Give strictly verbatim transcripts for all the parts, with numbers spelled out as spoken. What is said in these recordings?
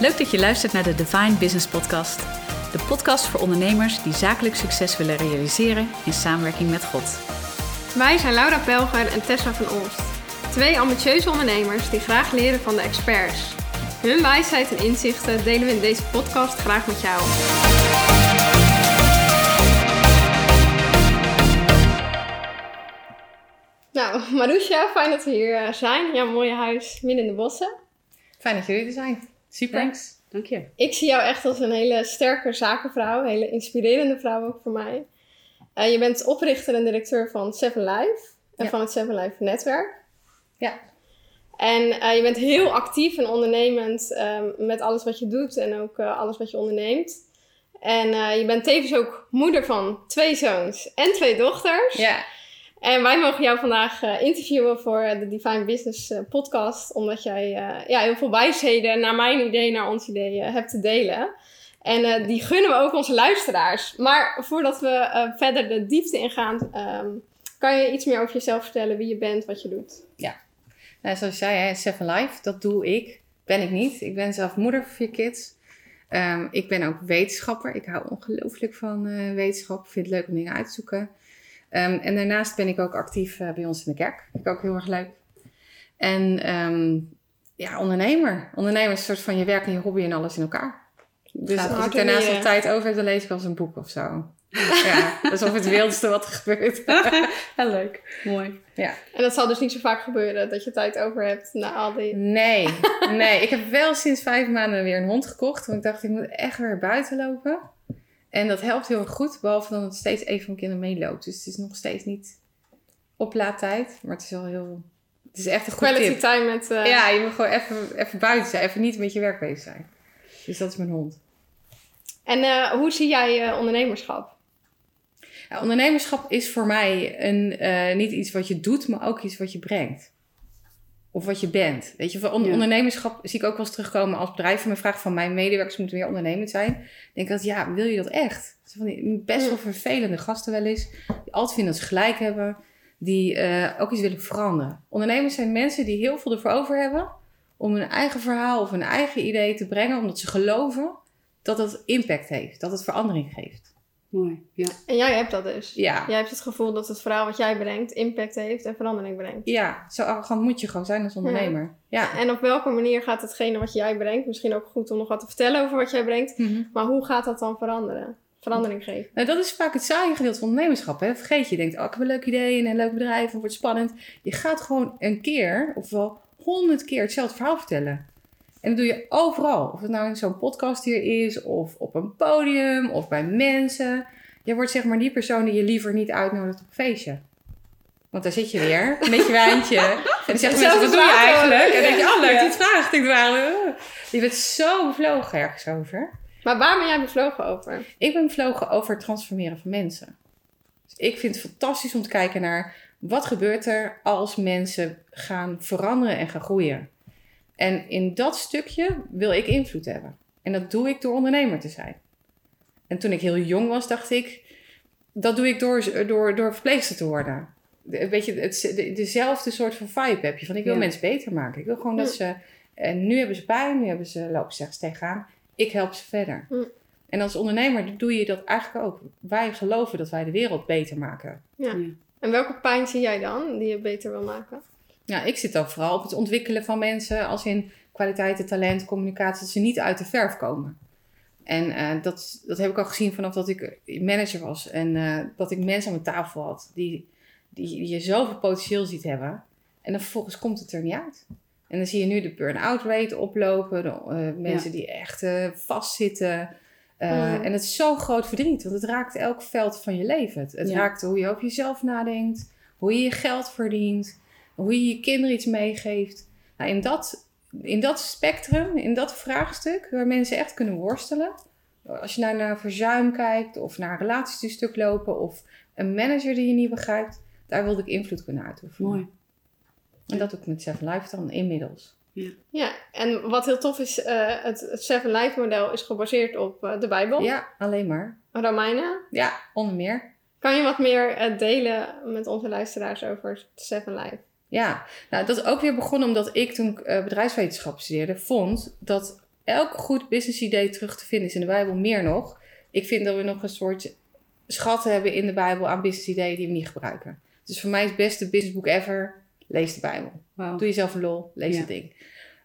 Leuk dat je luistert naar de Divine Business Podcast. De podcast voor ondernemers die zakelijk succes willen realiseren in samenwerking met God. Wij zijn Laura Pelger en Tessa van Olst. Twee ambitieuze ondernemers die graag leren van de experts. Hun wijsheid en inzichten delen we in deze podcast graag met jou. Nou, Marusha, fijn dat we hier zijn in jouw mooie huis midden in de bossen. Fijn dat jullie er zijn. Super. Thanks. Dank je. Ik zie jou echt als een hele sterke zakenvrouw, een hele inspirerende vrouw ook voor mij. Uh, je bent oprichter en directeur van Seven Life en ja. van het Seven Life netwerk. Ja. En uh, je bent heel actief en ondernemend um, met alles wat je doet en ook uh, alles wat je onderneemt. En uh, je bent tevens ook moeder van twee zoons en twee dochters. Ja. En wij mogen jou vandaag uh, interviewen voor de Divine Business uh, podcast. Omdat jij uh, ja, heel veel wijsheden naar mijn idee, naar ons idee uh, hebt te delen. En uh, die gunnen we ook onze luisteraars. Maar voordat we uh, verder de diepte ingaan, um, kan je iets meer over jezelf vertellen, wie je bent, wat je doet? Ja, nou, zoals je zei, hè, Seven Life, dat doe ik. Ben ik niet. Ik ben zelf moeder van vier kids. Um, ik ben ook wetenschapper. Ik hou ongelooflijk van uh, wetenschap. Ik vind het leuk om dingen uit te zoeken. Um, en daarnaast ben ik ook actief uh, bij ons in de kerk. Vind ik ook heel erg leuk. En um, ja, ondernemer. Ondernemer is een soort van je werk en je hobby en alles in elkaar. Dus Gaat als ik daarnaast wat tijd over heb, dan lees ik als een boek of zo. Ja, alsof het wildste wat er gebeurt. Heel leuk. Mooi. Ja. En dat zal dus niet zo vaak gebeuren, dat je tijd over hebt na al die... Nee, nee. Ik heb wel sinds vijf maanden weer een hond gekocht. Want ik dacht, ik moet echt weer buiten lopen. En dat helpt heel erg goed, behalve dat het steeds even van kinderen meeloopt. Dus het is nog steeds niet oplaadtijd, maar het is wel heel... Het is echt een goed Quality tip. time met... Uh... Ja, je moet gewoon even, even buiten zijn, even niet met je werk bezig zijn. Dus dat is mijn hond. En uh, hoe zie jij uh, ondernemerschap? Ja, ondernemerschap is voor mij een, uh, niet iets wat je doet, maar ook iets wat je brengt. Of wat je bent. Weet je, voor on- ja. ondernemerschap zie ik ook wel eens terugkomen als bedrijven me vragen van mijn medewerkers moeten meer ondernemend zijn. Dan denk ik dat, ja, wil je dat echt? Dat van die best wel vervelende gasten wel eens. Die altijd vinden dat ze gelijk hebben. Die uh, ook iets willen veranderen. Ondernemers zijn mensen die heel veel ervoor over hebben om hun eigen verhaal of hun eigen idee te brengen. Omdat ze geloven dat het impact heeft. Dat het verandering geeft. Mooi, ja. En jij hebt dat dus. Ja. Jij hebt het gevoel dat het verhaal wat jij brengt impact heeft en verandering brengt. Ja, zo arrogant moet je gewoon zijn als ondernemer. Ja. Ja. En op welke manier gaat hetgene wat jij brengt, misschien ook goed om nog wat te vertellen over wat jij brengt, mm-hmm. maar hoe gaat dat dan veranderen? Verandering geven? Nou, dat is vaak het saaie gedeelte van ondernemerschap. Hè? Vergeet je, je denkt, oh, ik heb een leuk idee en een leuk bedrijf, het wordt spannend. Je gaat gewoon een keer, of wel honderd keer hetzelfde verhaal vertellen. En dat doe je overal. Of het nou in zo'n podcast hier is, of op een podium, of bij mensen. Je wordt zeg maar die persoon die je liever niet uitnodigt op een feestje. Want daar zit je weer, met je wijntje. En dan zeggen mensen, wat doe je eigenlijk? En dan denk je, oh leuk, dit vraagt. Ik je bent zo bevlogen ergens over. Maar waar ben jij bevlogen over? Ik ben bevlogen over het transformeren van mensen. Dus ik vind het fantastisch om te kijken naar wat gebeurt er als mensen gaan veranderen en gaan groeien. En in dat stukje wil ik invloed hebben. En dat doe ik door ondernemer te zijn. En toen ik heel jong was, dacht ik, dat doe ik door, door, door verpleegster te worden. De, weet je, het, de, dezelfde soort van vibe heb je. Van ik wil ja. mensen beter maken. Ik wil gewoon ja. dat ze, en nu hebben ze pijn, nu hebben ze, lopen ze ergens tegenaan. Ik help ze verder. Ja. En als ondernemer doe je dat eigenlijk ook. Wij geloven dat wij de wereld beter maken. Ja. Ja. En welke pijn zie jij dan, die je beter wil maken? Nou, ik zit dan vooral op het ontwikkelen van mensen, als in kwaliteiten, talent, communicatie, dat ze niet uit de verf komen. En uh, dat, dat heb ik al gezien vanaf dat ik manager was. En uh, dat ik mensen aan mijn tafel had die, die, die je zoveel potentieel ziet hebben. En dan vervolgens komt het er niet uit. En dan zie je nu de burn-out rate oplopen. De, uh, mensen ja. die echt uh, vastzitten. Uh, mm. En het is zo'n groot verdriet. Want het raakt elk veld van je leven. Het, het ja. raakt hoe je over jezelf nadenkt. Hoe je je geld verdient. Hoe je je kinderen iets meegeeft. Nou, in dat... In dat spectrum, in dat vraagstuk, waar mensen echt kunnen worstelen. Als je nou naar verzuim kijkt, of naar relaties die stuk lopen, of een manager die je niet begrijpt, daar wilde ik invloed kunnen uitoefenen. Mooi. En dat doe ik met Seven Life dan inmiddels. Ja, ja, en wat heel tof is, uh, het, het Seven Life model is gebaseerd op uh, de Bijbel. Ja, alleen maar. Romeinen. Ja, onder meer. Kan je wat meer uh, delen met onze luisteraars over Seven Life? Ja, nou dat is ook weer begonnen omdat ik toen uh, bedrijfswetenschap studeerde, vond dat elk goed business idee terug te vinden is in de Bijbel, meer nog. Ik vind dat we nog een soort schat hebben in de Bijbel aan business ideeën die we niet gebruiken. Dus voor mij is het beste businessboek ever, lees de Bijbel. Wow. Doe jezelf een lol, lees ja. het ding.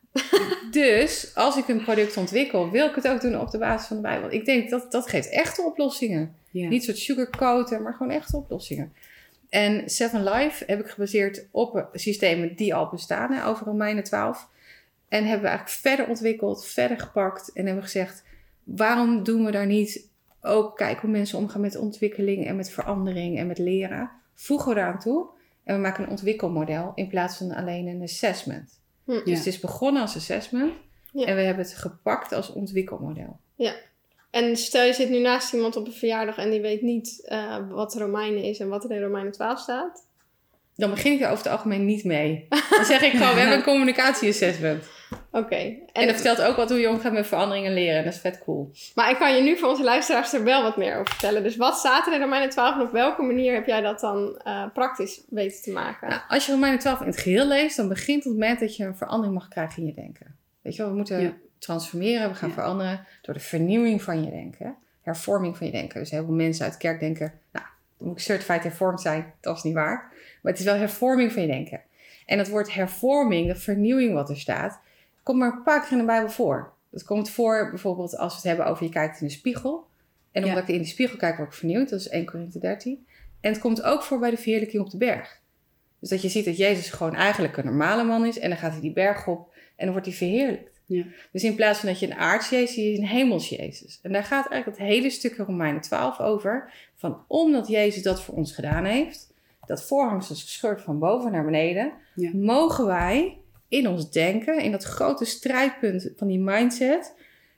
Dus als ik een product ontwikkel, wil ik het ook doen op de basis van de Bijbel. Ik denk dat dat geeft echte oplossingen. Ja. Niet soort sugarcoaten, maar gewoon echte oplossingen. En Seven Life heb ik gebaseerd op systemen die al bestaan, hè, over Romeinen twaalf. En hebben we eigenlijk verder ontwikkeld, verder gepakt. En hebben gezegd, waarom doen we daar niet ook kijken hoe mensen omgaan met ontwikkeling en met verandering en met leren. Voegen we daaraan toe. En we maken een ontwikkelmodel in plaats van alleen een assessment. Hm. Dus Ja. het is begonnen als assessment. Ja. En we hebben het gepakt als ontwikkelmodel. Ja. En stel je zit nu naast iemand op een verjaardag en die weet niet uh, wat Romeinen is en wat er in Romeinen twaalf staat. Dan begin ik er over het algemeen niet mee. Dan zeg ik gewoon, we hebben een communicatieassessment. Oké. En, En, dat vertelt ook wat hoe je omgaat met veranderingen leren. En dat is vet cool. maar ik kan je nu voor onze luisteraars er wel wat meer over vertellen. Dus wat staat er in Romeinen twaalf en op welke manier heb jij dat dan uh, praktisch weten te maken? Nou, als je Romeinen twaalf in het geheel leest, dan begint het moment dat je een verandering mag krijgen in je denken. Weet je wel, we moeten Ja. transformeren, we gaan Ja. veranderen door de vernieuwing van je denken. Hervorming van je denken. Dus heel veel mensen uit de kerk denken, nou, dan moet ik certified hervormd zijn. Dat is niet waar. Maar het is wel hervorming van je denken. En het woord hervorming, de vernieuwing wat er staat, komt maar een paar keer in de Bijbel voor. Dat komt voor bijvoorbeeld als we het hebben over je kijkt in de spiegel. En omdat Ja. ik in die spiegel kijk, word ik vernieuwd. Dat is Eerste Korinthe dertien. En het komt ook voor bij de verheerlijking op de berg. Dus dat je ziet dat Jezus gewoon eigenlijk een normale man is. En dan gaat hij die berg op en dan wordt hij verheerlijkt. Ja. Dus in plaats van dat je een aards Jezus, zie je een hemels Jezus. En daar gaat eigenlijk het hele stukje Romeinen twaalf over. Van omdat Jezus dat voor ons gedaan heeft. Dat voorhangsel is gescheurd van boven naar beneden. Ja. Mogen wij in ons denken, in dat grote strijdpunt van die mindset,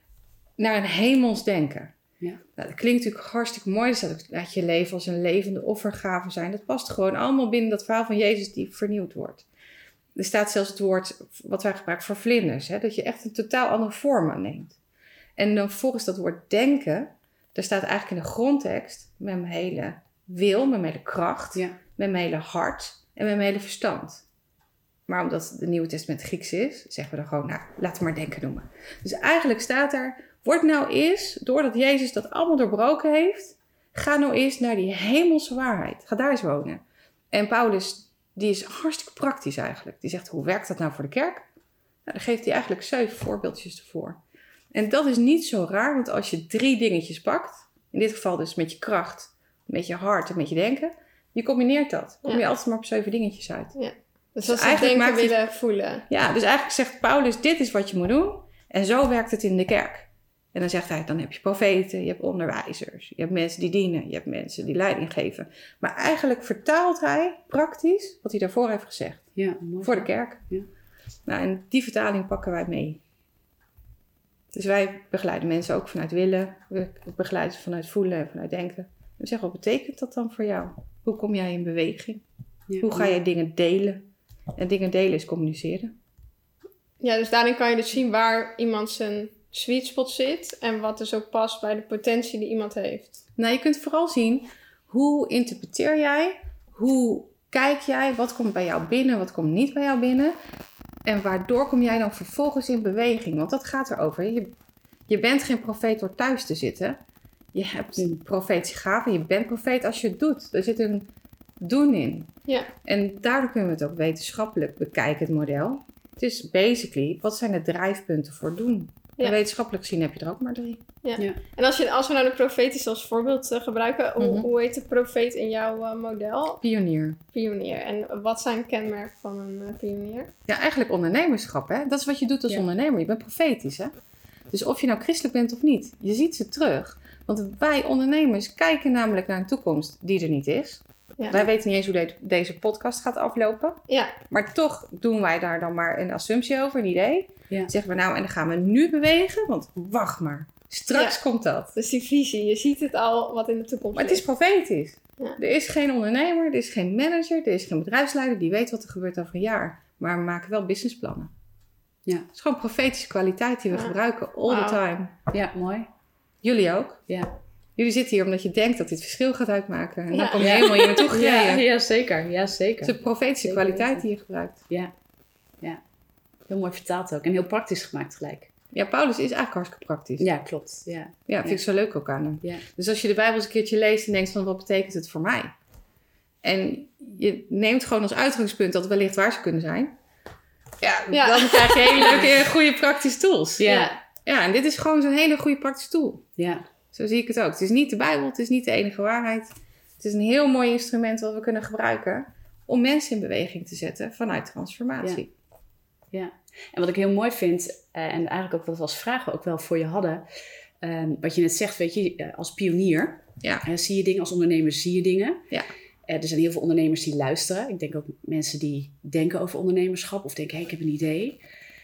naar een hemels denken. Ja. Nou, dat klinkt natuurlijk hartstikke mooi. Dus dat laat je leven als een levende offergave zijn. Dat past gewoon allemaal binnen dat verhaal van Jezus die vernieuwd wordt. Er staat zelfs het woord wat wij gebruiken voor vlinders. Hè? Dat je echt een totaal andere vorm aanneemt. En dan volgens dat woord denken, daar staat eigenlijk in de grondtekst met mijn hele wil, met mijn hele kracht, Ja. met mijn hele hart en met mijn hele verstand. Maar omdat het Nieuwe Testament Grieks is, zeggen we dan gewoon, nou, laten we maar denken noemen. Dus eigenlijk staat er, word nou eens, doordat Jezus dat allemaal doorbroken heeft, ga nou eens naar die hemelse waarheid. Ga daar eens wonen. En Paulus, die is hartstikke praktisch eigenlijk. Die zegt, hoe werkt dat nou voor de kerk? Nou, dan geeft hij eigenlijk zeven voorbeeldjes ervoor. En dat is niet zo raar, want als je drie dingetjes pakt, in dit geval dus met je kracht, met je hart en met je denken, je combineert dat. Kom je Ja. altijd maar op zeven dingetjes uit. Ja. Dus Dus als ze eigenlijk denken maakt hij- willen voelen. Ja, dus eigenlijk zegt Paulus, dit is wat je moet doen. En zo werkt het in de kerk. En dan zegt hij, dan heb je profeten, je hebt onderwijzers, je hebt mensen die dienen, je hebt mensen die leiding geven. Maar eigenlijk vertaalt hij praktisch wat hij daarvoor heeft gezegd. Ja, mooi. Voor de kerk. Ja. Nou, en die vertaling pakken wij mee. Dus wij begeleiden mensen ook vanuit willen. We begeleiden ze vanuit voelen en vanuit denken. We zeggen, wat betekent dat dan voor jou? Hoe kom jij in beweging? Ja. Hoe ga jij dingen delen? En dingen delen is communiceren. Ja, dus daarin kan je dus zien waar iemand zijn sweet spot zit. En wat dus ook past bij de potentie die iemand heeft. Nou, je kunt vooral zien, hoe interpreteer jij? Hoe kijk jij? Wat komt bij jou binnen? Wat komt niet bij jou binnen? En waardoor kom jij dan vervolgens in beweging? Want dat gaat erover. Je, je bent geen profeet door thuis te zitten. Je hebt een profetische gave. Je bent profeet als je het doet. Er zit een doen in. Ja. En daardoor kunnen we het ook wetenschappelijk bekijken, het model. Het is basically, wat zijn de drijfpunten voor doen? Ja. En wetenschappelijk gezien heb je er ook maar drie. Ja. Ja. En als, je, als we nou de profeties als voorbeeld uh, gebruiken, hoe, Mhm. hoe heet de profeet in jouw uh, model? Pionier. Pionier. En wat zijn kenmerken van een uh, pionier? Ja, eigenlijk ondernemerschap, hè? Dat is wat je doet als Ja. ondernemer. Je bent profetisch, hè? Dus of je nou christelijk bent of niet, je ziet ze terug. Want wij ondernemers kijken namelijk naar een toekomst die er niet is. Ja. Wij weten niet eens hoe de- deze podcast gaat aflopen. Ja. Maar toch doen wij daar dan maar een assumptie over, een idee. Ja. Dan zeggen we nou, en dan gaan we nu bewegen, want wacht maar. Straks Ja. komt dat. Dus die visie, je ziet het al wat in de toekomst Maar het is ligt. profetisch. Ja. Er is geen ondernemer, er is geen manager, er is geen bedrijfsleider die weet wat er gebeurt over een jaar. Maar we maken wel businessplannen. Ja. Het is gewoon profetische kwaliteit die we Ja. gebruiken all the Wauw. time. Ja, mooi. Jullie ook. Ja. Jullie zitten hier omdat je denkt dat dit verschil gaat uitmaken. En dan Ja. kom je Ja. helemaal hier naartoe gereden. Ja, ja, zeker. Ja, zeker. Het is een profetische Zeker kwaliteit weten. die je gebruikt. Ja, ja. Heel mooi vertaald ook. En heel praktisch gemaakt gelijk. Ja, Paulus is eigenlijk hartstikke praktisch. Ja, klopt. Ja. Ja, vind Ja. ik zo leuk ook aan hem. Ja. Dus als je de Bijbel eens een keertje leest en denkt van wat betekent het voor mij? En je neemt gewoon als uitgangspunt dat het wellicht waar zou kunnen zijn. Ja, Ja. dan krijg je hele leuke, goede praktische tools. Ja. Ja, en dit is gewoon zo'n hele goede praktische tool. Ja. Zo zie ik het ook. Het is niet de Bijbel, het is niet de enige waarheid. Het is een heel mooi instrument wat we kunnen gebruiken om mensen in beweging te zetten vanuit transformatie. Ja. En wat ik heel mooi vind, uh, en eigenlijk ook wat we als vragen ook wel voor je hadden, um, wat je net zegt, weet je, uh, als pionier, Ja. uh, zie je dingen, als ondernemer zie je dingen. Ja. Uh, er zijn heel veel ondernemers die luisteren. Ik denk ook mensen die denken over ondernemerschap of denken, hé, hey, ik heb een idee.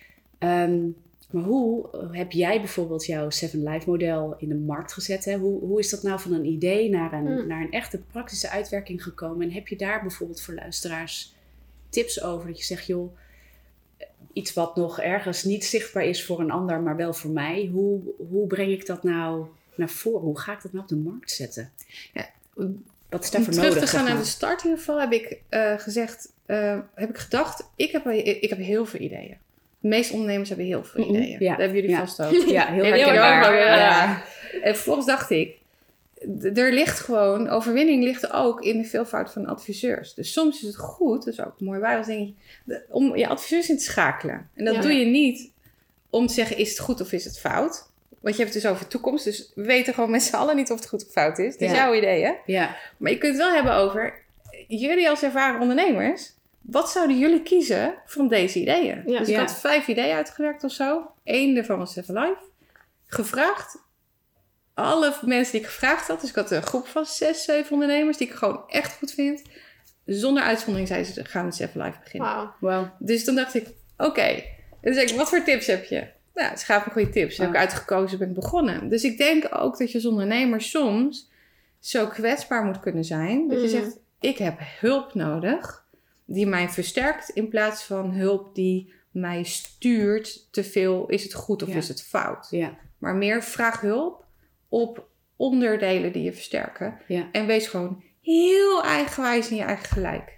Um, maar hoe heb jij bijvoorbeeld jouw Seven Life model in de markt gezet? Hè? Hoe, hoe is dat nou van een idee naar een, Mm. naar een echte praktische uitwerking gekomen? En heb je daar bijvoorbeeld voor luisteraars tips over? Dat je zegt, joh, iets wat nog ergens niet zichtbaar is voor een ander, maar wel voor mij. Hoe, hoe breng ik dat nou naar voren? Hoe ga ik dat nou op de markt zetten? Ja. Wat is Om daarvoor terug nodig? te gaan zeg naar maar? de start in ieder geval heb ik uh, gezegd, uh, heb ik gedacht, ik heb, ik heb heel veel ideeën. De meeste ondernemers hebben heel veel Mm-mm, ideeën. ja. Dat hebben jullie Ja. vast ook. Ja, heel Heel herkenbaar. herkenbaar, ja. Ja. En vervolgens dacht ik, d- er ligt gewoon, overwinning ligt ook in de veelvoud van adviseurs. Dus soms is het goed, dat is ook een mooi bijbelsdingetje, de- om je adviseurs in te schakelen. En dat Ja. doe je niet om te zeggen, is het goed of is het fout? Want je hebt het dus over toekomst, dus we weten gewoon met z'n allen niet of het goed of fout is. Het is Ja. jouw idee, hè? Ja. Maar je kunt het wel hebben over, jullie als ervaren ondernemers, wat zouden jullie kiezen van deze ideeën? Ja. Dus ik Ja. had vijf ideeën uitgewerkt of zo. Eén daarvan was Seven Life. Gevraagd. Alle mensen die ik gevraagd had. Dus ik had een groep van zes, zeven ondernemers die ik gewoon echt goed vind. Zonder uitzondering zeiden ze, gaan met Seven Life beginnen. Wauw. Wow. Dus toen dacht ik, oké. Okay. En toen zei ik, wat voor tips heb je? Nou, ze gaven me goede tips. Toen heb ik uitgekozen, ben ik begonnen. Dus ik denk ook dat je als ondernemer soms zo kwetsbaar moet kunnen zijn. Dat je Mm. zegt, ik heb hulp nodig die mij versterkt in plaats van hulp die mij stuurt te veel. Is het goed of Ja. is het fout? Ja. Maar meer vraag hulp op onderdelen die je versterken. Ja. En wees gewoon heel eigenwijs in je eigen gelijk.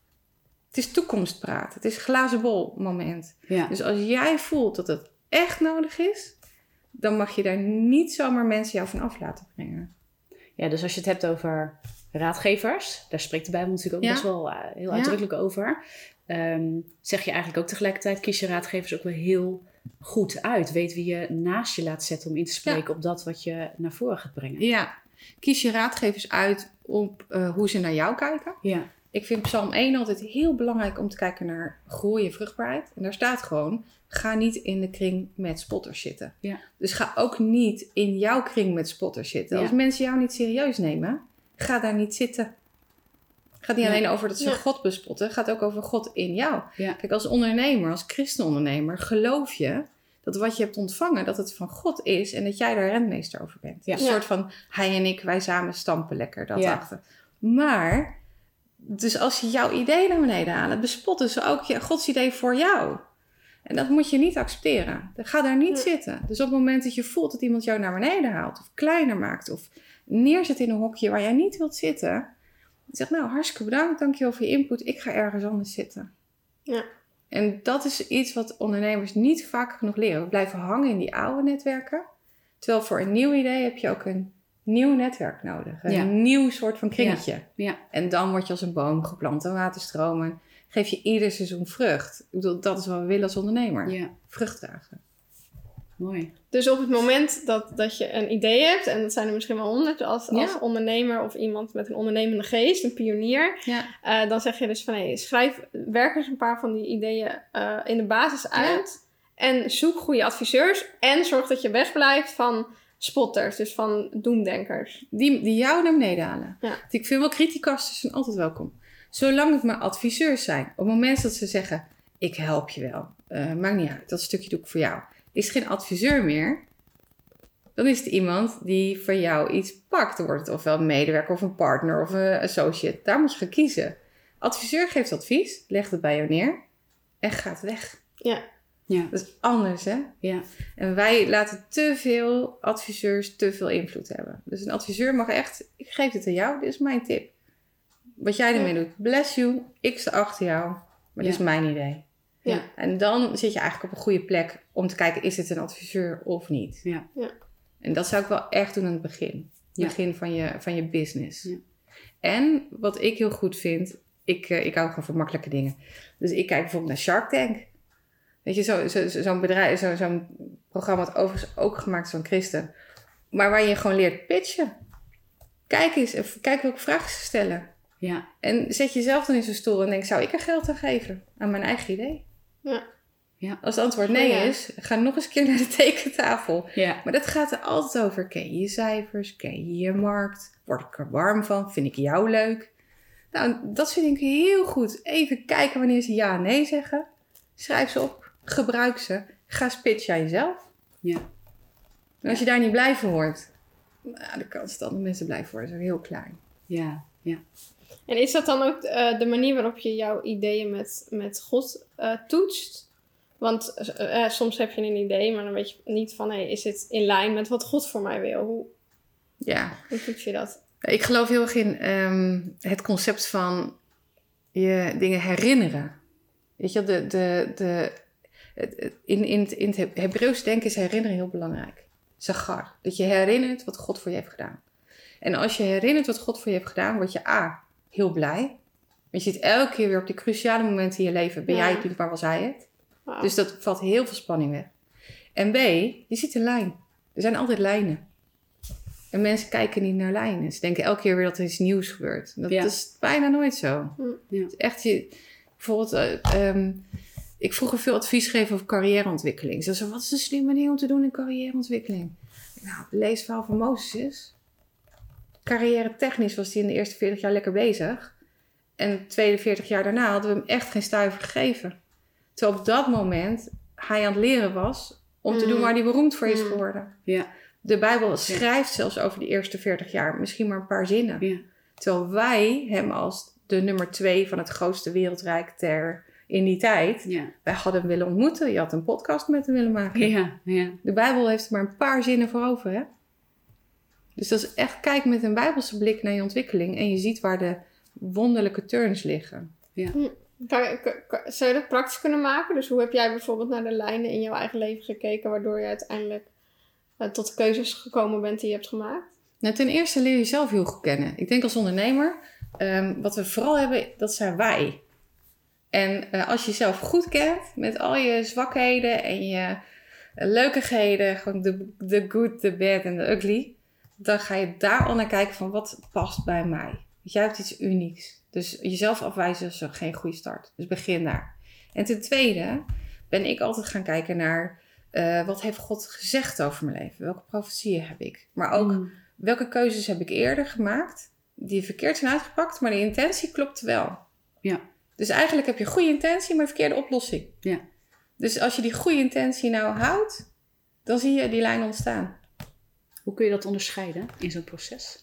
Het is toekomstpraat. Het is glazen bol moment. Ja. Dus als jij voelt dat het echt nodig is, dan mag je daar niet zomaar mensen jou van af laten brengen. Ja, dus als je het hebt over raadgevers, daar spreekt de Bijbel natuurlijk ook Ja. best wel uh, heel Ja. uitdrukkelijk over. Um, zeg je eigenlijk ook tegelijkertijd, kies je raadgevers ook wel heel goed uit. Weet wie je naast je laat zetten om in te spreken Ja. op dat wat je naar voren gaat brengen. Ja, kies je raadgevers uit op uh, hoe ze naar jou kijken. Ja. Ik vind Psalm één altijd heel belangrijk om te kijken naar groei en vruchtbaarheid. En daar staat gewoon, ga niet in de kring met spotters zitten. Ja. Dus ga ook niet in jouw kring met spotters zitten. Ja. Als mensen jou niet serieus nemen, ga daar niet zitten. Het gaat niet Ja. alleen over dat ze Ja. God bespotten. Het gaat ook over God in jou. Ja. Kijk, als ondernemer, als christenondernemer, geloof je dat wat je hebt ontvangen, dat het van God is en dat jij daar rentmeester over bent. Ja. Een soort van, hij en ik, wij samen stampen lekker dat Ja. achter. Maar, dus als je jouw idee naar beneden halen, bespotten ze ook je, Gods idee voor jou. En dat moet je niet accepteren. Ga daar niet Ja. zitten. Dus op het moment dat je voelt dat iemand jou naar beneden haalt, of kleiner maakt, of neerzet in een hokje waar jij niet wilt zitten, zeg nou, hartstikke bedankt, dankjewel voor je input, ik ga ergens anders zitten. Ja. En dat is iets wat ondernemers niet vaak genoeg leren. We blijven hangen in die oude netwerken. Terwijl voor een nieuw idee heb je ook een nieuw netwerk nodig. Een Ja. nieuw soort van kringetje. Ja. En dan word je als een boom geplant en waterstromen. Geef je ieder seizoen vrucht. Ik bedoel, dat is wat we willen als ondernemer. Ja. Vrucht dragen. Mooi. Dus op het moment dat, dat je een idee hebt, en dat zijn er misschien wel honderd als, Ja. als ondernemer of iemand met een ondernemende geest, een pionier, Ja. uh, dan zeg je dus van hé, schrijf, werk eens een paar van die ideeën uh, in de basis uit en zoek goede adviseurs en zorg dat je wegblijft van spotters, dus van doemdenkers. Die, die jou naar beneden halen. Ja. Want ik vind wel kritiekasten zijn altijd welkom. Zolang het maar adviseurs zijn. Op het moment dat ze zeggen, ik help je wel. Uh, maakt niet uit, dat stukje doe ik voor jou. Is het geen adviseur meer, dan is het iemand die van jou iets pakt. Dan wordt het ofwel een medewerker of een partner of een associate. Daar moet je gaan kiezen. Adviseur geeft advies, legt het bij jou neer en gaat weg. Ja. Ja. Dat is anders, hè? Ja. En wij laten te veel adviseurs te veel invloed hebben. Dus een adviseur mag echt, ik geef het aan jou, dit is mijn tip. Wat jij ermee doet, bless you, ik sta achter jou, maar Ja. dit is mijn idee. Ja. En dan zit je eigenlijk op een goede plek om te kijken, is het een adviseur of niet? Ja. Ja. En dat zou ik wel echt doen aan het begin. Ja. Begin van je, van je business. Ja. En wat ik heel goed vind, ik, uh, ik hou gewoon van makkelijke dingen. Dus ik kijk bijvoorbeeld naar Shark Tank. Weet je, zo, zo, zo, zo'n bedrijf, zo, zo'n programma had overigens ook gemaakt zo'n Christen. Maar waar je gewoon leert pitchen. Kijk eens, kijk welke vragen ze stellen. Ja. En zet jezelf dan in zo'n stoel en denk, zou ik er geld aan geven? Aan mijn eigen idee? Ja. Ja. Als het antwoord nee Ja. is, ga nog eens een keer naar de tekentafel. Ja. Maar dat gaat er altijd over. Ken je je cijfers? Ken je je markt? Word ik er warm van? Vind ik jou leuk? Nou, dat vind ik heel goed. Even kijken wanneer ze ja en nee zeggen. Schrijf ze op. Gebruik ze. Ga pitchen aan jezelf. Ja. En als je daar niet blij van wordt, nou, de kans dat andere mensen blij worden is ook heel klein. Ja. Ja. En is dat dan ook uh, de manier waarop je jouw ideeën met, met God uh, toetst? Want uh, uh, soms heb je een idee, maar dan weet je niet van, hey, is het in lijn met wat God voor mij wil? Hoe, Ja. hoe toets je dat? Ik geloof heel erg in um, het concept van je dingen herinneren. Weet je, de, de, de, het, in, in, het, in het Hebreeuws denken is herinneren heel belangrijk. Zagar. Dat je herinnert wat God voor je heeft gedaan. En als je herinnert wat God voor je heeft gedaan, word je A, heel blij. Want je ziet elke keer weer op die cruciale momenten in je leven, ben Ja. jij het niet, maar was hij het? Wow. Dus dat valt heel veel spanning weg. En B, je ziet een lijn. Er zijn altijd lijnen. En mensen kijken niet naar lijnen. Ze denken elke keer weer dat er iets nieuws gebeurt. Dat, Ja. dat is bijna nooit zo. Ja. Het is echt, je, bijvoorbeeld, uh, um, ik vroeger veel advies geven over carrièreontwikkeling. Ze zei, wat is een slimme manier om te doen in carrièreontwikkeling? Nou, lees het verhaal van Mozes. Carrière technisch was hij in de eerste veertig jaar lekker bezig. En de tweede veertig jaar daarna hadden we hem echt geen stuiver gegeven. Terwijl op dat moment hij aan het leren was om te Mm. doen waar hij beroemd voor is Mm. geworden. Ja. De Bijbel schrijft zelfs over de eerste veertig jaar misschien maar een paar zinnen. Ja. Terwijl wij hem als de nummer twee van het grootste wereldrijk ter in die tijd, Ja. wij hadden hem willen ontmoeten. Je had een podcast met hem willen maken. Ja. Ja. De Bijbel heeft er maar een paar zinnen voor over, hè? Dus dat is echt, kijk met een Bijbelse blik naar je ontwikkeling en je ziet waar de wonderlijke turns liggen. Kan, kan, kan- zou je dat praktisch kunnen maken? Dus hoe heb jij bijvoorbeeld naar de lijnen in jouw eigen leven gekeken, waardoor je uiteindelijk uh, tot de keuzes gekomen bent die je hebt gemaakt? Nou, ten eerste leer je jezelf heel goed kennen. Ik denk als ondernemer, um, wat we vooral hebben, dat zijn wij. En uh, als je jezelf goed kent, met al je zwakheden en je uh, leukigheden, gewoon de, de good, de bad en de ugly, dan ga je daar al naar kijken van wat past bij mij. Want jij hebt iets unieks. Dus jezelf afwijzen is geen goede start. Dus begin daar. En ten tweede ben ik altijd gaan kijken naar uh, wat heeft God gezegd over mijn leven? Welke profetieën heb ik? Maar ook Mm. welke keuzes heb ik eerder gemaakt die verkeerd zijn uitgepakt, maar de intentie klopt wel. Ja. Dus eigenlijk heb je goede intentie, maar een verkeerde oplossing. Ja. Dus als je die goede intentie nou houdt, dan zie je die lijn ontstaan. Hoe kun je dat onderscheiden in zo'n proces?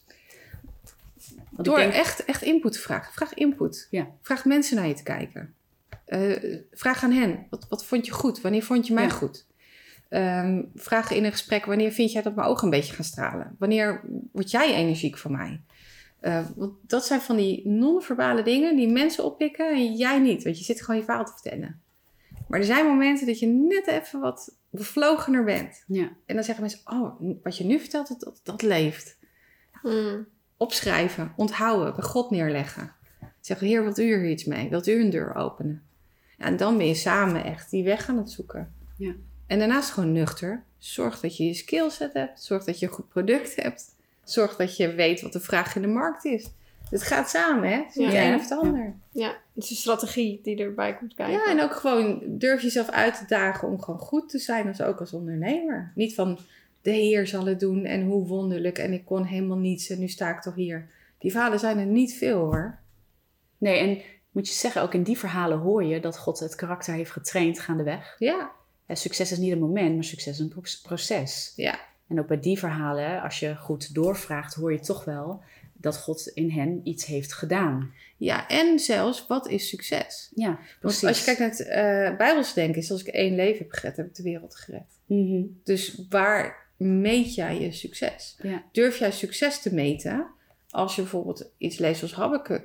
Want Door ik denk, echt, echt input te vragen. Vraag input. Ja. Vraag mensen naar je te kijken. Uh, vraag aan hen. Wat, wat vond je goed? Wanneer vond je mij Ja. goed? Um, vraag in een gesprek. Wanneer vind jij dat mijn ogen een beetje gaan stralen? Wanneer word jij energiek van mij? Uh, want dat zijn van die non-verbale dingen die mensen oppikken en jij niet. Want je zit gewoon je verhaal te vertellen. Maar er zijn momenten dat je net even wat bevlogener bent. ja. En dan zeggen mensen, oh, wat je nu vertelt, dat, dat leeft. Hmm. Opschrijven, onthouden, bij God neerleggen. Zeggen, Heer, wilt u er iets mee? Wilt u een deur openen? Ja, en dan ben je samen echt die weg aan het zoeken. Ja. En daarnaast gewoon nuchter. Zorg dat je je skillset hebt. Zorg dat je een goed product hebt. Zorg dat je weet wat de vraag in de markt is. Het gaat samen, hè? Het is niet Ja. het een of het ander. Ja, het is een strategie die erbij komt kijken. Ja, en ook gewoon durf jezelf uit te dagen om gewoon goed te zijn, als ook als ondernemer. Niet van de Heer zal het doen en hoe wonderlijk en ik kon helemaal niets en nu sta ik toch hier. Die verhalen zijn er niet veel, hoor. Nee, en moet je zeggen, ook in die verhalen hoor je dat God het karakter heeft getraind gaandeweg. Ja, Ja, succes is niet een moment, maar succes is een pro- proces. ja. En ook bij die verhalen, als je goed doorvraagt, hoor je toch wel dat God in hen iets heeft gedaan. Ja, en zelfs, wat is succes? Ja, Want precies. als je kijkt naar het uh, Bijbels denken, is als ik één leven heb gered, heb ik de wereld gered. Mhm. Dus waar meet jij je succes? Ja. Durf jij succes te meten als je bijvoorbeeld iets leest als Habakuk, hè?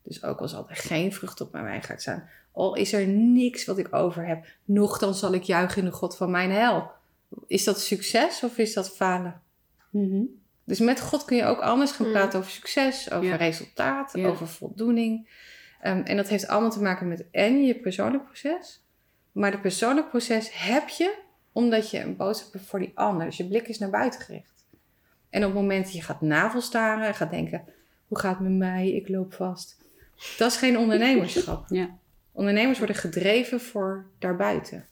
Dus ook al zal er geen vrucht op mijn wijngaard staan. Al is er niks wat ik over heb. Nochtans zal ik juichen in de God van mijn heil. Is dat succes of is dat falen? Mm-hmm. Dus met God kun je ook anders gaan Mm. praten over succes, over Ja. resultaat, Ja. over voldoening. Um, en dat heeft allemaal te maken met en je persoonlijk proces. Maar het persoonlijk proces heb je omdat je een boodschap hebt voor die ander. Dus je blik is naar buiten gericht. En op het moment dat je gaat navelstaren en gaat denken, hoe gaat het met mij? Ik loop vast. Dat is geen ondernemerschap. Ja. Ondernemers worden gedreven voor daarbuiten.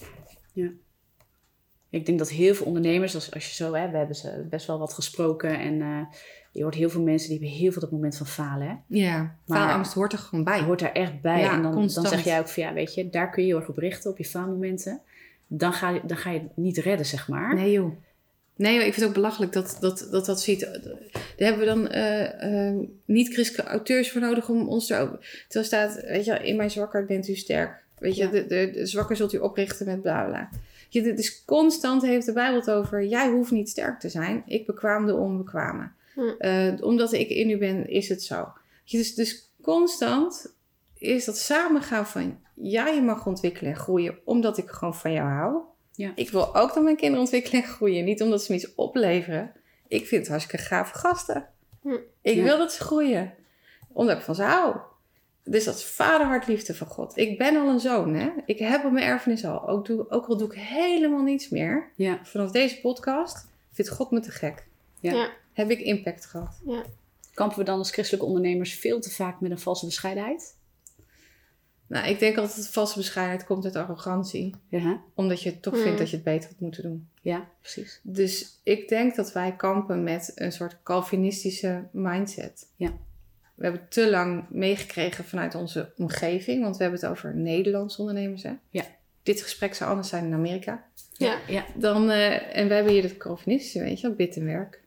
Ik denk dat heel veel ondernemers, als, als je zo, hè, we hebben ze best wel wat gesproken en uh, je hoort heel veel mensen die hebben heel veel op het moment van falen. Hè? Ja, Maar- faalangst hoort er gewoon bij. Je hoort daar echt bij Ja, en dan, dan constant. zeg jij ook van ja, weet je, daar kun je heel erg op richten, op je faalmomenten. Dan ga, je, dan ga je het niet redden, zeg maar. Nee joh. Nee joh, ik vind het ook belachelijk dat dat, dat, dat ziet. Daar hebben we dan uh, uh, niet-christelijke auteurs voor nodig om ons erover... Terwijl staat, weet je, in mijn zwakheid bent u sterk. Weet je, Ja. de, de, de zwakker zult u oprichten met bla bla. Je, dit is constant heeft de Bijbel het over, jij hoeft niet sterk te zijn. Ik bekwaam de onbekwame. Hm. Uh, omdat ik in u ben, is het zo. Je, dus, dus constant is dat samengaan van, ja, je mag ontwikkelen en groeien, omdat ik gewoon van jou hou. Ja. Ik wil ook dat mijn kinderen ontwikkelen en groeien. Niet omdat ze me iets opleveren. Ik vind het hartstikke gave gasten. Hm. Ik Ja. wil dat ze groeien. Omdat ik van ze hou. Dus dat is vaderhartliefde van God. Ik ben al een zoon, hè. Ik heb op mijn erfenis al. Ook, doe, ook al doe ik helemaal niets meer. Ja. Vanaf deze podcast vindt God me te gek. Ja. Ja. Heb ik impact gehad. Kampen we dan als christelijke ondernemers veel te vaak met een valse bescheidenheid? Nou, ik denk altijd dat valse bescheidenheid komt uit arrogantie. Ja, hè? Omdat je toch Hmm. vindt dat je het beter had moeten doen. Ja, precies. Dus ik denk dat wij kampen met een soort Calvinistische mindset. Ja. We hebben te lang meegekregen vanuit onze omgeving. Want we hebben het over Nederlandse ondernemers. Hè? Ja. Dit gesprek zou anders zijn in Amerika. Ja. Ja, Dan, uh, en we hebben hier het Calvinistische, weet je, bid en werk.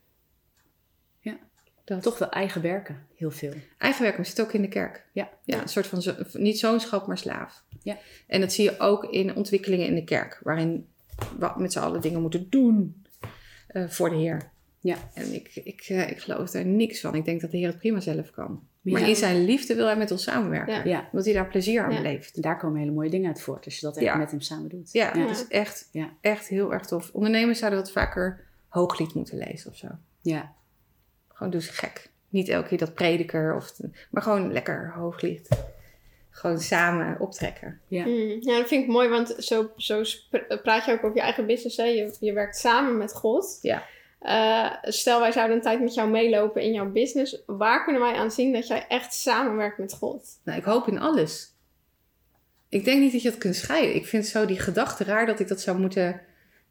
Ja. Dat. toch wel eigen werken, heel veel. Eigen werk, maar zit ook in de kerk. Ja. Ja, een soort van, zo, niet zoonschap, maar slaaf. Ja. En dat zie je ook in ontwikkelingen in de kerk. Waarin we met z'n allen dingen moeten doen uh, voor de Heer. Ja. En ik, ik, uh, ik geloof daar niks van. Ik denk dat de Heer het prima zelf kan. Ja. Maar in zijn liefde wil hij met ons samenwerken. Ja. Ja, Omdat hij daar plezier aan Ja. beleeft. en daar komen hele mooie dingen uit voort als je dat echt Ja. met hem samen doet. Ja, Ja. dat is echt, Ja. echt heel erg tof. Ondernemers zouden wat vaker Hooglied moeten lezen of zo. Ja. Gewoon doe ze gek. Niet elke keer dat prediker, of te- maar gewoon lekker Hooglied. Gewoon samen optrekken. Ja. Mm, ja, dat vind ik mooi, want zo, zo sp- praat je ook over je eigen business. Hè? Je, je werkt samen met God. Ja. Uh, stel, wij zouden een tijd met jou meelopen in jouw business. Waar kunnen wij aan zien dat jij echt samenwerkt met God? Nou, ik hoop in alles. Ik denk niet dat je dat kunt scheiden. Ik vind zo die gedachte raar dat ik dat zou moeten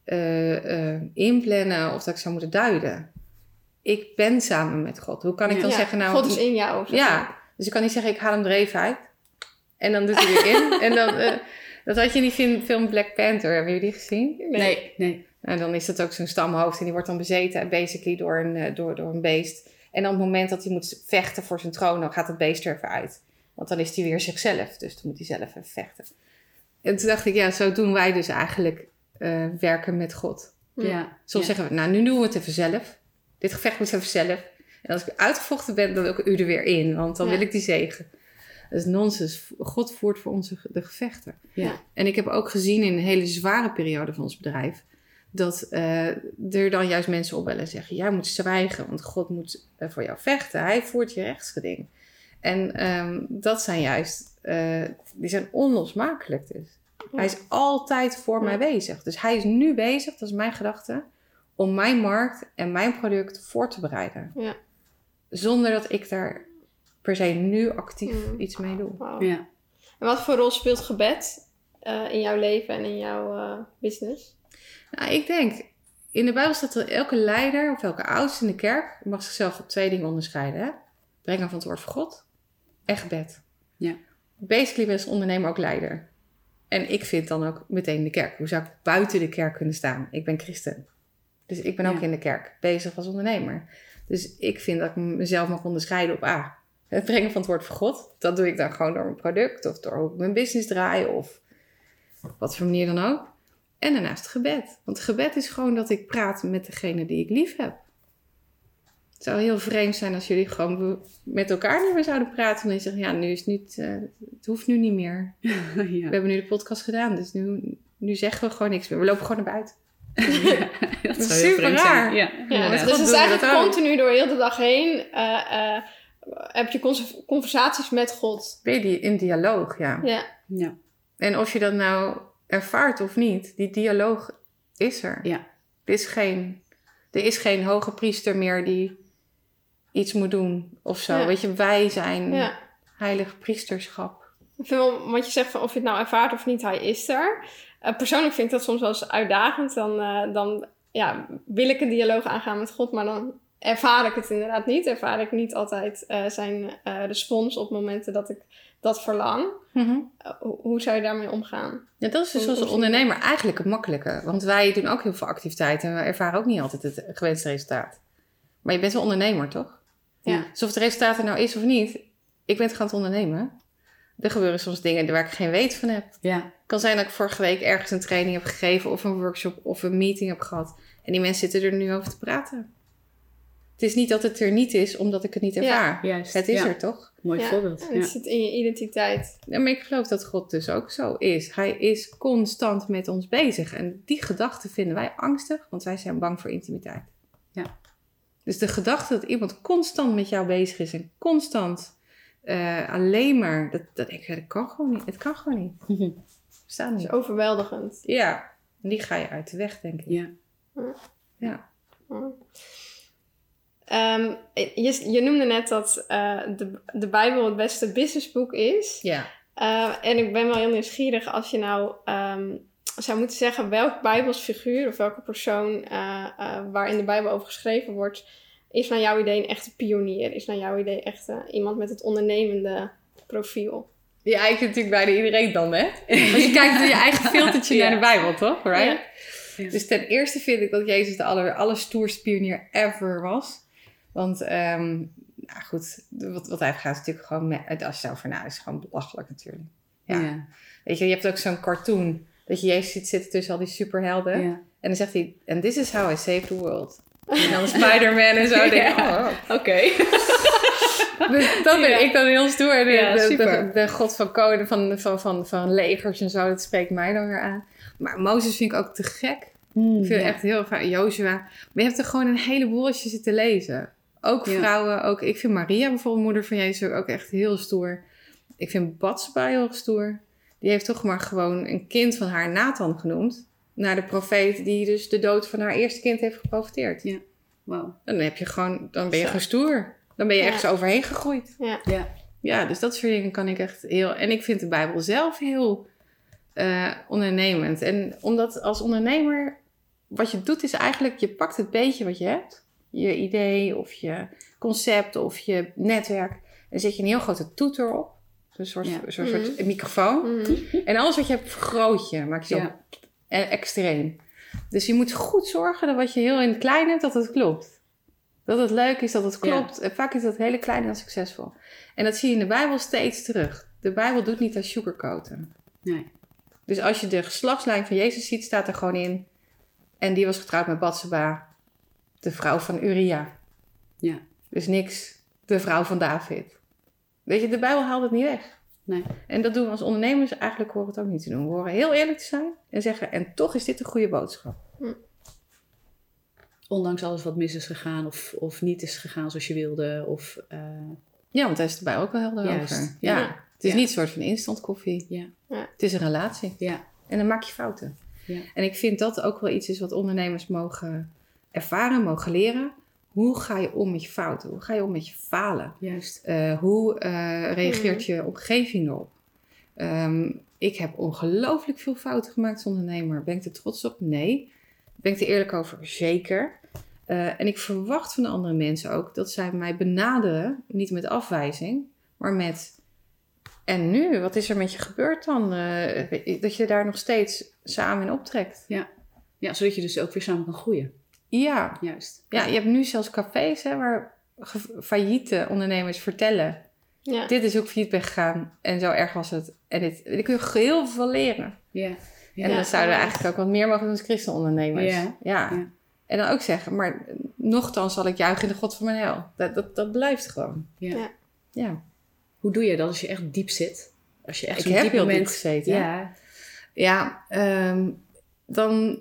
uh, uh, inplannen of dat ik zou moeten duiden. Ik ben samen met God. Hoe kan ik Ja. dan Ja, zeggen nou... God is in jou. zeg maar. Ja, dus ik kan niet zeggen ik haal hem er even uit. En dan doet hij weer in. En dan, uh, dat had je in die film, film Black Panther. Hebben jullie die gezien? Nee, nee. En dan is dat ook zo'n stamhoofd en die wordt dan bezeten basically door een, uh, door, door een beest. En op het moment dat hij moet vechten voor zijn troon, dan gaat het beest er even uit. Want dan is hij weer zichzelf, dus dan moet hij zelf even vechten. En toen dacht ik, ja, zo doen wij dus eigenlijk uh, werken met God. Hm. Ja. Soms ja. zeggen we, nou, nu doen we het even zelf. Dit gevecht moet even zelf. En als ik uitgevochten ben, dan wil ik u er weer in, want dan Ja. wil ik die zegen. Dat is nonsens. God voert voor ons de gevechten. Ja. En ik heb ook gezien in een hele zware periode van ons bedrijf, dat uh, er dan juist mensen opbellen en zeggen, jij moet zwijgen, want God moet uh, voor jou vechten. Hij voert je rechtsgeding. En um, dat zijn juist, uh, die zijn onlosmakelijk dus. Ja. Hij is altijd voor Ja. mij bezig. Dus hij is nu bezig, dat is mijn gedachte, om mijn markt en mijn product voor te bereiden. Ja. Zonder dat ik daar per se nu actief Mm. iets mee doe. Wauw. Ja. En wat voor rol speelt gebed uh, in jouw leven en in jouw uh, business? Nou, ik denk, in de Bijbel staat dat elke leider of elke oudste in de kerk mag zichzelf op twee dingen onderscheiden. Hè? Brengen van het woord van God en gebed. Ja. Basically ben je als ondernemer ook leider. En ik vind dan ook meteen de kerk. Hoe zou ik buiten de kerk kunnen staan? Ik ben christen. Dus ik ben ook Ja. in de kerk bezig als ondernemer. Dus ik vind dat ik mezelf mag onderscheiden op A. Het brengen van het woord van God. Dat doe ik dan gewoon door mijn product of door hoe ik mijn business draai of op wat voor manier dan ook. En daarnaast gebed. Want gebed is gewoon dat ik praat met degene die ik lief heb. Het zou heel vreemd zijn als jullie gewoon met elkaar niet meer zouden praten. En dan zeggen, ja, nu is het niet, uh, het hoeft nu niet meer. Ja. We hebben nu de podcast gedaan, dus nu, nu zeggen we gewoon niks meer. We lopen gewoon naar buiten. Ja, dat, dat is zou heel super vreemd raar. zijn. Ja. Ja, Ja, dus God het is doet eigenlijk dat ook. continu door heel de dag heen uh, uh, heb je cons- conversaties met God. Ben je die in dialoog, ja. Ja, Ja. En of je dat nou ervaart of niet, die dialoog is er. Ja. Er is geen, er is geen hoge priester meer die iets moet doen of zo. Ja. Weet je, wij zijn ja. heilig priesterschap. Ik vind wel, wat je zegt, van of je het nou ervaart of niet, hij is er. Uh, persoonlijk vind ik dat soms wel eens uitdagend. Dan, uh, dan ja, wil ik een dialoog aangaan met God, maar dan ervaar ik het inderdaad niet. Ervaar ik niet altijd uh, zijn uh, respons op momenten dat ik dat verlang. Mm-hmm. Uh, hoe, hoe zou je daarmee omgaan? Ja, dat is dus Hoe- als hoe- ondernemer eigenlijk het makkelijke. Want wij doen ook heel veel activiteiten en we ervaren ook niet altijd het gewenste resultaat. Maar je bent wel ondernemer, toch? Ja. Dus of het resultaat er nou is of niet, ik ben het gaan ondernemen. Er gebeuren soms dingen waar ik geen weet van heb. Ja. Het kan zijn dat ik vorige week ergens een training heb gegeven of een workshop of een meeting heb gehad. En die mensen zitten er nu over te praten. Het is niet dat het er niet is omdat ik het niet Ja, ervaar. juist. Het is Ja. er toch? Mooi Ja. voorbeeld. En Ja. het zit in je identiteit. Ja, maar ik geloof dat God dus ook zo is. Hij is constant met ons bezig. En die gedachte vinden wij angstig, want wij zijn bang voor intimiteit. Ja. Dus de gedachte dat iemand constant met jou bezig is en constant uh, alleen maar, dat, dat, ik, dat kan gewoon niet. Het kan gewoon niet. Mhm. Bestaat Dat niet. is overweldigend. Ja, en die ga je uit de weg, denk ik. Ja. Ja. Um, je, je noemde net dat uh, de, de Bijbel het beste businessboek is. Ja. Uh, en ik ben wel heel nieuwsgierig als je nou um, zou moeten zeggen welk Bijbelsfiguur of welke persoon uh, uh, waar in de Bijbel over geschreven wordt, is naar jouw idee een echte pionier? Is naar jouw idee echt uh, iemand met het ondernemende profiel? Ja, ik vind natuurlijk bijna iedereen dan, hè? Als je kijkt door je eigen filtertje Ja. naar de Bijbel, toch? Right? Ja. Ja. Dus ten eerste vind ik dat Jezus de aller, allerstoerste pionier ever was. Want, um, nou goed, wat, wat hij heeft gedaan is natuurlijk gewoon, met, als je daarover na is, gewoon belachelijk natuurlijk. Ja. Ja. Weet je, je hebt ook zo'n cartoon, dat je Jezus ziet zitten tussen al die superhelden. Ja. En dan zegt hij, and this is how I save the world. En dan Spider-Man en zo. Ja. Denk ik, oh, oh. Oké. Dus dat ben Ja. ik dan heel stoer. De, Ja, de, super. de, de god van koning, van, van, van, van legers en zo, dat spreekt mij dan weer aan. Maar Mozes vind ik ook te gek. Ik vind het echt heel fijn. Joshua. Maar je hebt er gewoon een heleboel als je zit te lezen. Ook Ja. vrouwen. Ook, ik vind Maria bijvoorbeeld, moeder van Jezus, ook echt heel stoer. Ik vind Batsheba heel stoer. Die heeft toch maar gewoon een kind van haar Nathan genoemd. Naar de profeet die dus de dood van haar eerste kind heeft geprofiteerd. Ja. Wow. Dan heb je gewoon, dan ben je Zo. gewoon stoer. Dan ben je Ja. ergens overheen gegroeid. Ja. Ja. Ja, dus dat soort dingen kan ik echt heel... En ik vind de Bijbel zelf heel uh, ondernemend. En omdat als ondernemer... Wat je doet is eigenlijk... Je pakt het beetje wat je hebt. Je idee of je concept of je netwerk. En zet je een heel grote toeter op. Een soort, Ja. een soort, Mhm. soort microfoon. Mhm. En alles wat je hebt vergroot je. Maak je zo Ja. en extreem. Dus je moet goed zorgen dat wat je heel in het klein hebt, dat het klopt. Dat het leuk is, dat het klopt. En vaak is dat hele klein en succesvol. En dat zie je in de Bijbel steeds terug. De Bijbel doet niet aan sugarcoaten. Nee. Dus als je de geslachtslijn van Jezus ziet, staat er gewoon in. En die was getrouwd met Batsheba, de vrouw van Uria. Ja. Dus niks, de vrouw van David. Weet je, de Bijbel haalt het niet weg. Nee. En dat doen we als ondernemers eigenlijk horen het ook niet te doen. We horen heel eerlijk te zijn en zeggen, en toch is dit een goede boodschap. Ondanks alles wat mis is gegaan of, of niet is gegaan zoals je wilde. Of, uh... Ja, want daar is de Bijbel ook wel helder Juist. over. Ja. Ja. Het is Ja. niet een soort van instant koffie. Ja. Ja. Het is een relatie. Ja. En dan maak je fouten. Ja. En ik vind dat ook wel iets is wat ondernemers mogen ervaren, mogen leren. Hoe ga je om met je fouten? Hoe ga je om met je falen? Juist. Uh, hoe uh, reageert je omgeving erop? Um, ik heb ongelooflijk veel fouten gemaakt als ondernemer. Ben ik er trots op? Nee. Ben ik er eerlijk over? Zeker. Uh, en ik verwacht van de andere mensen ook dat zij mij benaderen, niet met afwijzing, maar met... En nu? Wat is er met je gebeurd dan? Uh, dat je daar nog steeds samen in optrekt. Ja. Ja, zodat je dus ook weer samen kan groeien. Ja. Juist. Ja, je hebt nu zelfs cafés hè, waar ge- failliete ondernemers vertellen. Ja. Dit is hoe ik failliet ben gegaan en zo erg was het. En dit, daar kun je heel veel leren. Ja. Ja. En Ja. dat zouden we eigenlijk ook wat meer mogen doen als christenondernemers. Ja. Ja. Ja. En dan ook zeggen, maar nochtans zal ik juichen in de God van mijn hel. Dat, dat, dat blijft gewoon. Ja. Ja. Ja. Hoe doe je dat als je echt diep zit? Als je echt Ik zo'n heb diep heel moment... diep gezeten. Ja, Ja, um, dan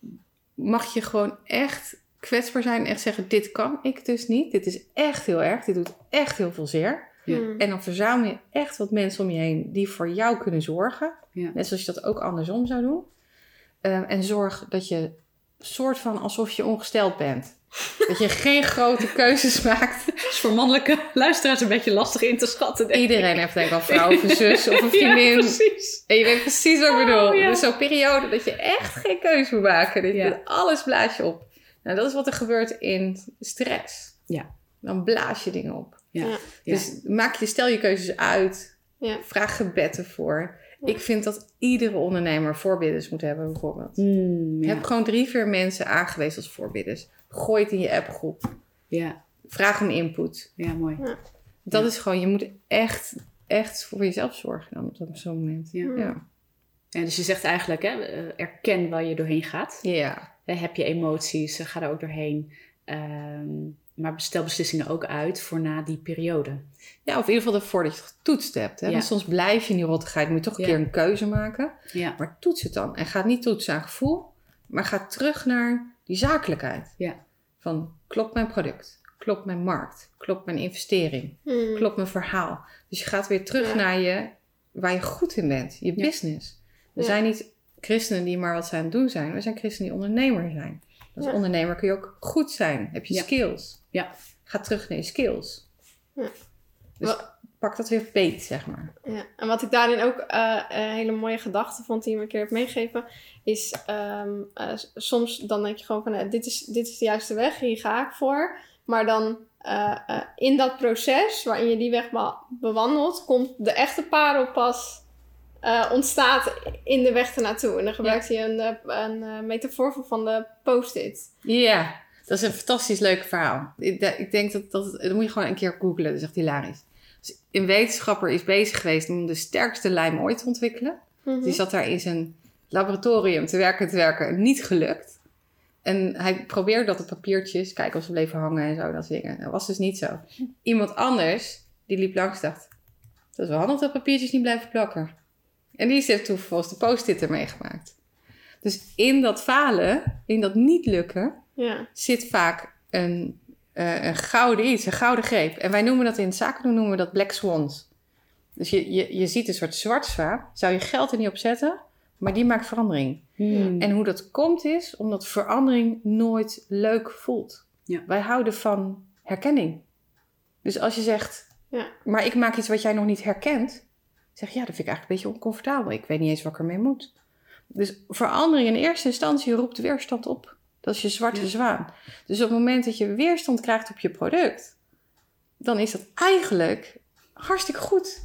mag je gewoon echt kwetsbaar zijn en echt zeggen, dit kan ik dus niet. Dit is echt heel erg. Dit doet echt heel veel zeer. Ja. Mm. En dan verzamel je echt wat mensen om je heen die voor jou kunnen zorgen. Ja. Net zoals je dat ook andersom zou doen. Um, en zorg dat je soort van alsof je ongesteld bent. Dat je geen grote keuzes maakt. Dat is voor mannelijke luisteraars een beetje lastig in te schatten. Denk ik. Iedereen heeft denk ik al een vrouw of een zus of een vriendin. Ja, precies. En je weet precies wat ik bedoel. Oh, ja. Dus zo'n periode dat je echt geen keuze moet maken. Dat je Ja. alles blaas je op. Nou, dat is wat er gebeurt in stress. Ja. Dan blaas je dingen op. Ja. Ja. Ja. Dus maak je, stel je keuzes uit. Ja. Vraag gebed ervoor. Ja. Ik vind dat iedere ondernemer voorbidders moet hebben bijvoorbeeld. Mm, ja. Heb gewoon drie, vier mensen aangewezen als voorbidders. Gooi het in je appgroep. Ja. Vraag om input. Ja, mooi. Dat Ja. is gewoon, je moet echt, echt voor jezelf zorgen dan op zo'n moment. Ja. Ja. Ja, dus je zegt eigenlijk, hè, eh, erken waar je doorheen gaat. Ja. Hè, heb je emoties, eh, ga er ook doorheen. Ehm, maar stel beslissingen ook uit voor na die periode. Ja, of in ieder geval ervoor dat je het getoetst hebt. Hè? Ja. Want soms blijf je in die rottigheid. Moet je toch een Ja. keer een keuze maken. Ja. Maar toets het dan. En ga niet toetsen aan gevoel. Maar ga terug naar die zakelijkheid. Ja. Van, klopt mijn product? Klopt mijn markt? Klopt mijn investering? Mm. Klopt mijn verhaal? Dus je gaat weer terug Ja. naar je, waar je goed in bent. Je Ja. business. We Ja. zijn niet christenen die maar wat ze aan het doen zijn. We zijn christenen die ondernemer zijn. Als Ja. ondernemer kun je ook goed zijn. Heb je Ja. skills. Ja. Ga terug naar je skills. Ja. Dus Wa- pak dat weer beet, zeg maar. Ja, en wat ik daarin ook eh, een hele mooie gedachte vond die je me een keer hebt meegegeven, is ehm, eh, s- soms dan denk je gewoon van eh, dit, is, dit is de juiste weg, hier ga ik voor. Maar dan eh, eh, in dat proces waarin je die weg be- bewandelt, komt de echte parel pas eh, ontstaat in de weg ernaartoe. En dan gebruikt hij een, eh, een eh, metafoor voor van de post-it. Ja, dat is een fantastisch leuk verhaal. Ik, de- ik denk dat, dat... Dat moet je gewoon een keer googlen. Dat is echt hilarisch. Dus een wetenschapper is bezig geweest om de sterkste lijm ooit te ontwikkelen. Mhm. Die zat daar in zijn laboratorium te werken, te werken. Niet gelukt. En hij probeerde dat op papiertjes. Kijken of ze bleven hangen en zo. Dat soort dingen. Dat was dus niet zo. Iemand anders, die liep langs, dacht... Dat is wel handig dat papiertjes niet blijven plakken. En die heeft toen vervolgens de post-it ermee gemaakt. Dus in dat falen, in dat niet lukken... Ja, zit vaak een, uh, een gouden iets, een gouden greep. En wij noemen dat in het zakendoen noemen we dat black swans. Dus je, je, je ziet een soort zwarte zwaan. Zou je geld er niet op zetten, maar die maakt verandering. Hmm. En hoe dat komt is omdat verandering nooit leuk voelt. Ja. Wij houden van herkenning. Dus als je zegt, ja, maar ik maak iets wat jij nog niet herkent. Zeg ja, dat vind ik eigenlijk een beetje oncomfortabel. Ik weet niet eens wat ik ermee moet. Dus verandering in eerste instantie roept weerstand op. Dat is je zwarte Ja. zwaan. Dus op het moment dat je weerstand krijgt op je product, dan is dat eigenlijk hartstikke goed.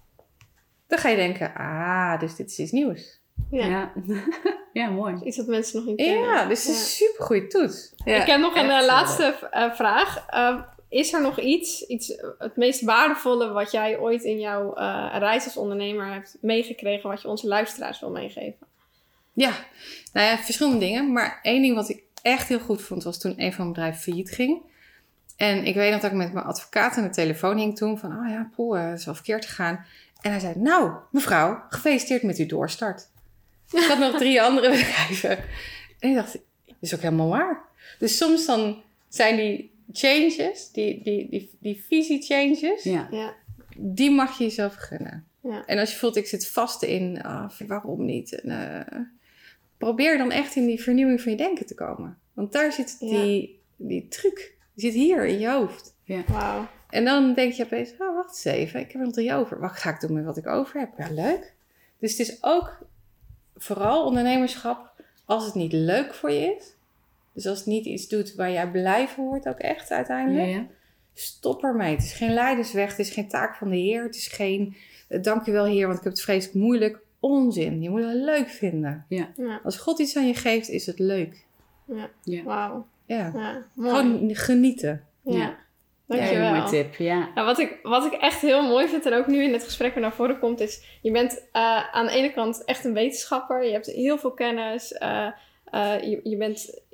Dan ga je denken, ah, dus dit is iets nieuws. ja. Ja. Ja, mooi. Iets wat mensen nog niet kennen. Ja, dus het is een supergoeie toets. Ja, Ik heb nog een echt, uh, laatste uh, vraag. Uh, is er nog iets, iets, uh, het meest waardevolle wat jij ooit in jouw uh, reis als ondernemer hebt meegekregen, wat je onze luisteraars wil meegeven? Ja, nou ja, verschillende dingen. Maar één ding wat ik echt heel goed vond, was toen een van mijn bedrijven failliet ging. En ik weet nog dat ik met mijn advocaat aan de telefoon hing toen. Van, oh ja, poeh, het is wel verkeerd gegaan. En hij zei, nou, mevrouw, gefeliciteerd met uw doorstart. Ik had nog drie andere bedrijven. En ik dacht, dat is ook helemaal waar. Dus soms dan zijn die changes, die, die, die, die visie changes, Ja. Ja, die mag je jezelf gunnen. ja, En als je voelt, ik zit vast in, ah, waarom niet? En, uh, probeer dan echt in die vernieuwing van je denken te komen. Want daar zit die, die truc. Die zit hier in je hoofd. wauw. En dan denk je opeens, oh, wacht eens even. Ik heb er nog drie over. Wat ga ik doen met wat ik over heb? Ja, leuk. Dus het is ook vooral ondernemerschap als het niet leuk voor je is. Dus als het niet iets doet waar jij blij van wordt ook echt uiteindelijk. Ja, ja. Stop ermee. Het is geen leidersweg. Het is geen taak van de Heer. Het is geen, uh, dank je wel Heer, want ik heb het vreselijk moeilijk. Onzin. Je moet het leuk vinden. Ja, Als God iets aan je geeft, is het leuk. ja, Ja. wauw. Ja. Ja, mooi. Gewoon genieten. Ja, Ja. dankjewel. Ja, een mooie tip. Ja. Nou, wat, ik, wat ik echt heel mooi vind en ook nu in het gesprek weer naar voren komt, is je bent uh, aan de ene kant echt een wetenschapper. Je hebt heel veel kennis. Uh, uh, je, je bent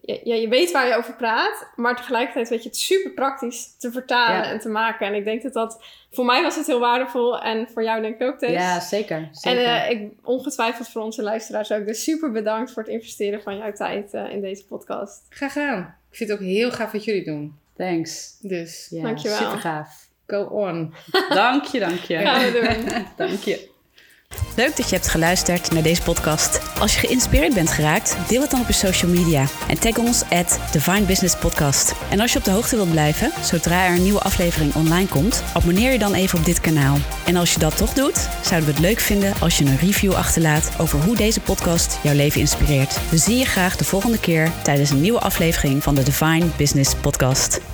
ja, je weet waar je over praat, maar tegelijkertijd weet je het super praktisch te vertalen Ja. en te maken. En ik denk dat dat, voor mij was het heel waardevol en voor jou denk ik ook, Tess. Ja, zeker. zeker. En uh, ik, ongetwijfeld voor onze luisteraars ook. Dus super bedankt voor het investeren van jouw tijd uh, in deze podcast. Graag gedaan. Ik vind het ook heel gaaf wat jullie doen. Thanks. Dus, Ja, Dankjewel. super gaaf. go on. Dank je, dank je. Gaan we doen. Dank je. Leuk dat je hebt geluisterd naar deze podcast. Als je geïnspireerd bent geraakt, deel het dan op je social media. En tag ons at Divine Business Podcast. En als je op de hoogte wilt blijven, zodra er een nieuwe aflevering online komt, abonneer je dan even op dit kanaal. En als je dat toch doet, zouden we het leuk vinden als je een review achterlaat over hoe deze podcast jouw leven inspireert. We zien je graag de volgende keer tijdens een nieuwe aflevering van de Divine Business Podcast.